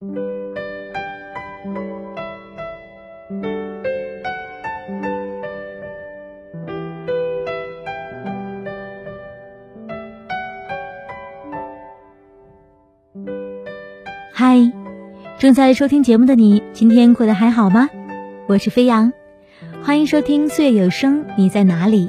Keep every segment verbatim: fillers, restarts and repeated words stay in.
嗨，正在收听节目的你，今天过得还好吗？我是飞扬，欢迎收听岁月有声，你在哪里？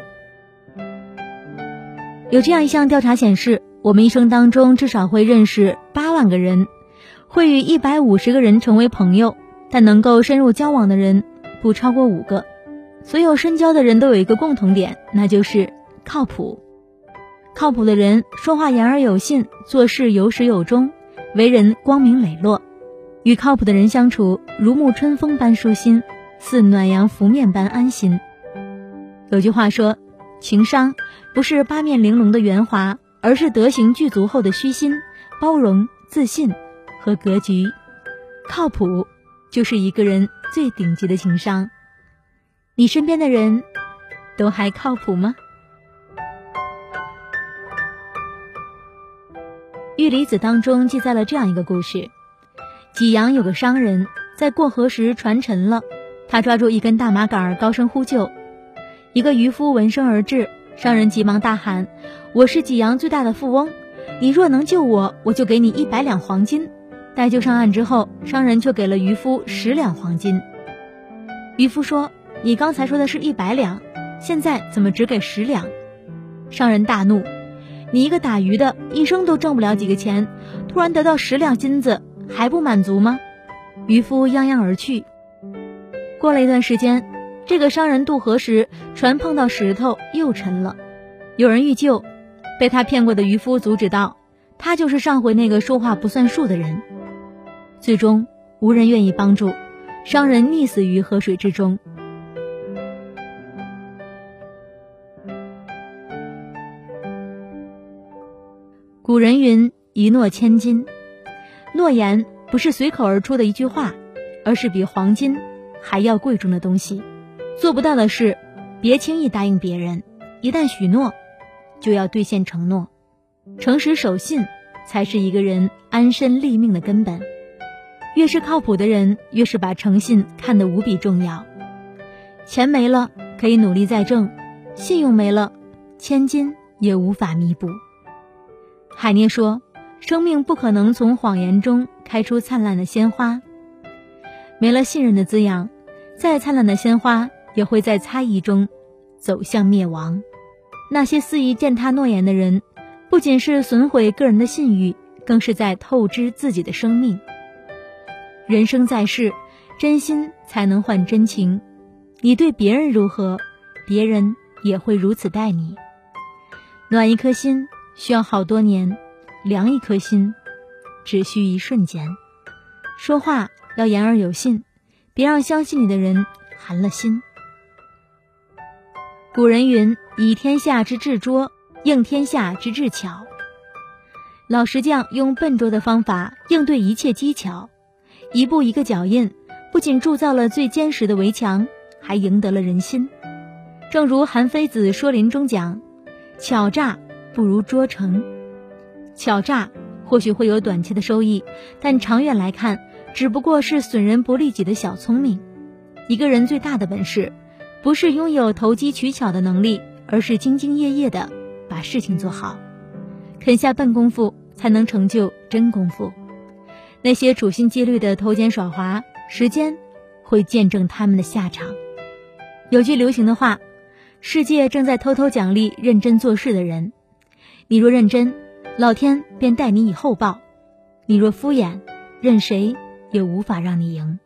有这样一项调查显示，我们一生当中至少会认识八万个人，会与一百五十个人成为朋友，但能够深入交往的人不超过五个。所有深交的人都有一个共同点，那就是靠谱。靠谱的人说话言而有信，做事有始有终，为人光明磊落。与靠谱的人相处，如沐春风般舒心，似暖阳拂面般安心。有句话说，情商不是八面玲珑的圆滑，而是德行具足后的虚心、包容、自信和格局。靠谱就是一个人最顶级的情商。你身边的人都还靠谱吗？玉离子当中记载了这样一个故事，济阳有个商人在过河时船沉了，他抓住一根大麻杆高声呼救。一个渔夫闻声而至，商人急忙大喊，我是济阳最大的富翁，你若能救我，我就给你一百两黄金。待救上岸之后，商人却给了渔夫十两黄金。渔夫说，你刚才说的是一百两，现在怎么只给十两？商人大怒，你一个打鱼的，一生都挣不了几个钱，突然得到十两金子，还不满足吗？渔夫泱泱而去。过了一段时间，这个商人渡河时，船碰到石头又沉了。有人欲救，被他骗过的渔夫阻止道，他就是上回那个说话不算数的人。最终无人愿意帮助，商人溺死于河水之中。古人云，一诺千金。诺言不是随口而出的一句话，而是比黄金还要贵重的东西。做不到的事，别轻易答应别人，一旦许诺，就要兑现承诺。诚实守信才是一个人安身立命的根本。越是靠谱的人，越是把诚信看得无比重要。钱没了可以努力再挣，信用没了，千金也无法弥补。海涅说，生命不可能从谎言中开出灿烂的鲜花。没了信任的滋养，再灿烂的鲜花也会在猜疑中走向灭亡。那些肆意践踏诺言的人，不仅是损毁个人的信誉，更是在透支自己的生命。人生在世，真心才能换真情。你对别人如何，别人也会如此待你。暖一颗心需要好多年，凉一颗心只需一瞬间。说话要言而有信，别让相信你的人寒了心。古人云，以天下之智拙，应天下之智巧。老石匠用笨拙的方法应对一切技巧，一步一个脚印，不仅铸造了最坚实的围墙，还赢得了人心。正如韩非子说林中讲，巧诈不如拙诚。巧诈或许会有短期的收益，但长远来看，只不过是损人不利己的小聪明。一个人最大的本事，不是拥有投机取巧的能力，而是兢兢业业的把事情做好。肯下笨功夫，才能成就真功夫。那些处心积虑的偷奸耍滑，时间会见证他们的下场。有句流行的话，世界正在偷偷奖励认真做事的人。你若认真，老天便待你以厚报；你若敷衍，任谁也无法让你赢。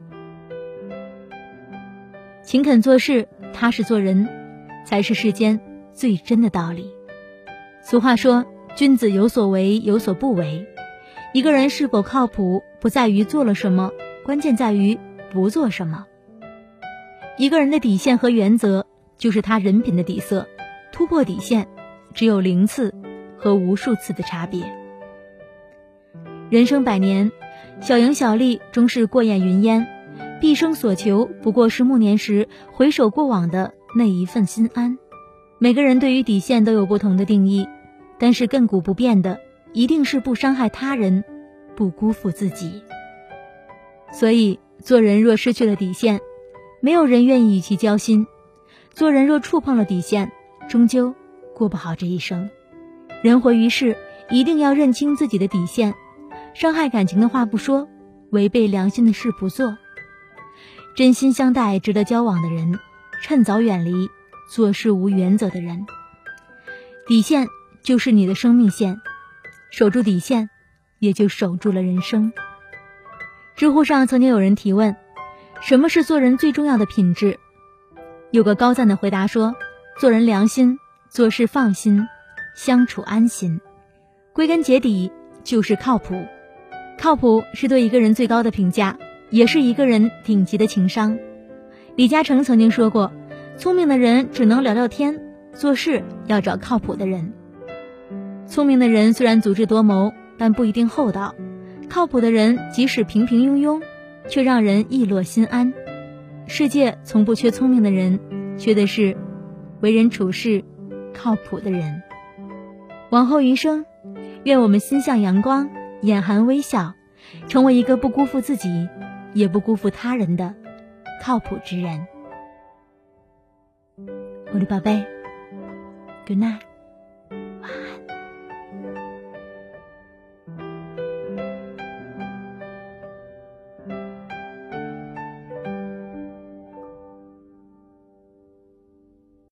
勤恳做事，踏实做人，才是世间最真的道理。俗话说，君子有所为，有所不为。一个人是否靠谱，不在于做了什么，关键在于不做什么。一个人的底线和原则，就是他人品的底色。突破底线，只有零次和无数次的差别。人生百年，小赢小利终是过眼云烟，毕生所求不过是暮年时回首过往的那一份心安。每个人对于底线都有不同的定义，但是亘古不变的，一定是不伤害他人，不辜负自己。 所以做人若失去了底线，没有人愿意与其交心；做人若触碰了底线，终究过不好这一生。人活于世，一定要认清自己的底线，伤害感情的话不说，违背良心的事不做。真心相待、值得交往的人，趁早远离做事无原则的人。底线就是你的生命线，守住底线，也就守住了人生。知乎上曾经有人提问，什么是做人最重要的品质？有个高赞的回答说，做人良心，做事放心，相处安心。归根结底就是靠谱。靠谱是对一个人最高的评价，也是一个人顶级的情商。李嘉诚曾经说过，聪明的人只能聊聊天，做事要找靠谱的人。聪明的人虽然足智多谋，但不一定厚道。靠谱的人即使平平庸庸，却让人意落心安。世界从不缺聪明的人，缺的是为人处事靠谱的人。往后余生，愿我们心向阳光，眼含微笑，成为一个不辜负自己也不辜负他人的靠谱之人。我的宝贝 Good night， 晚安。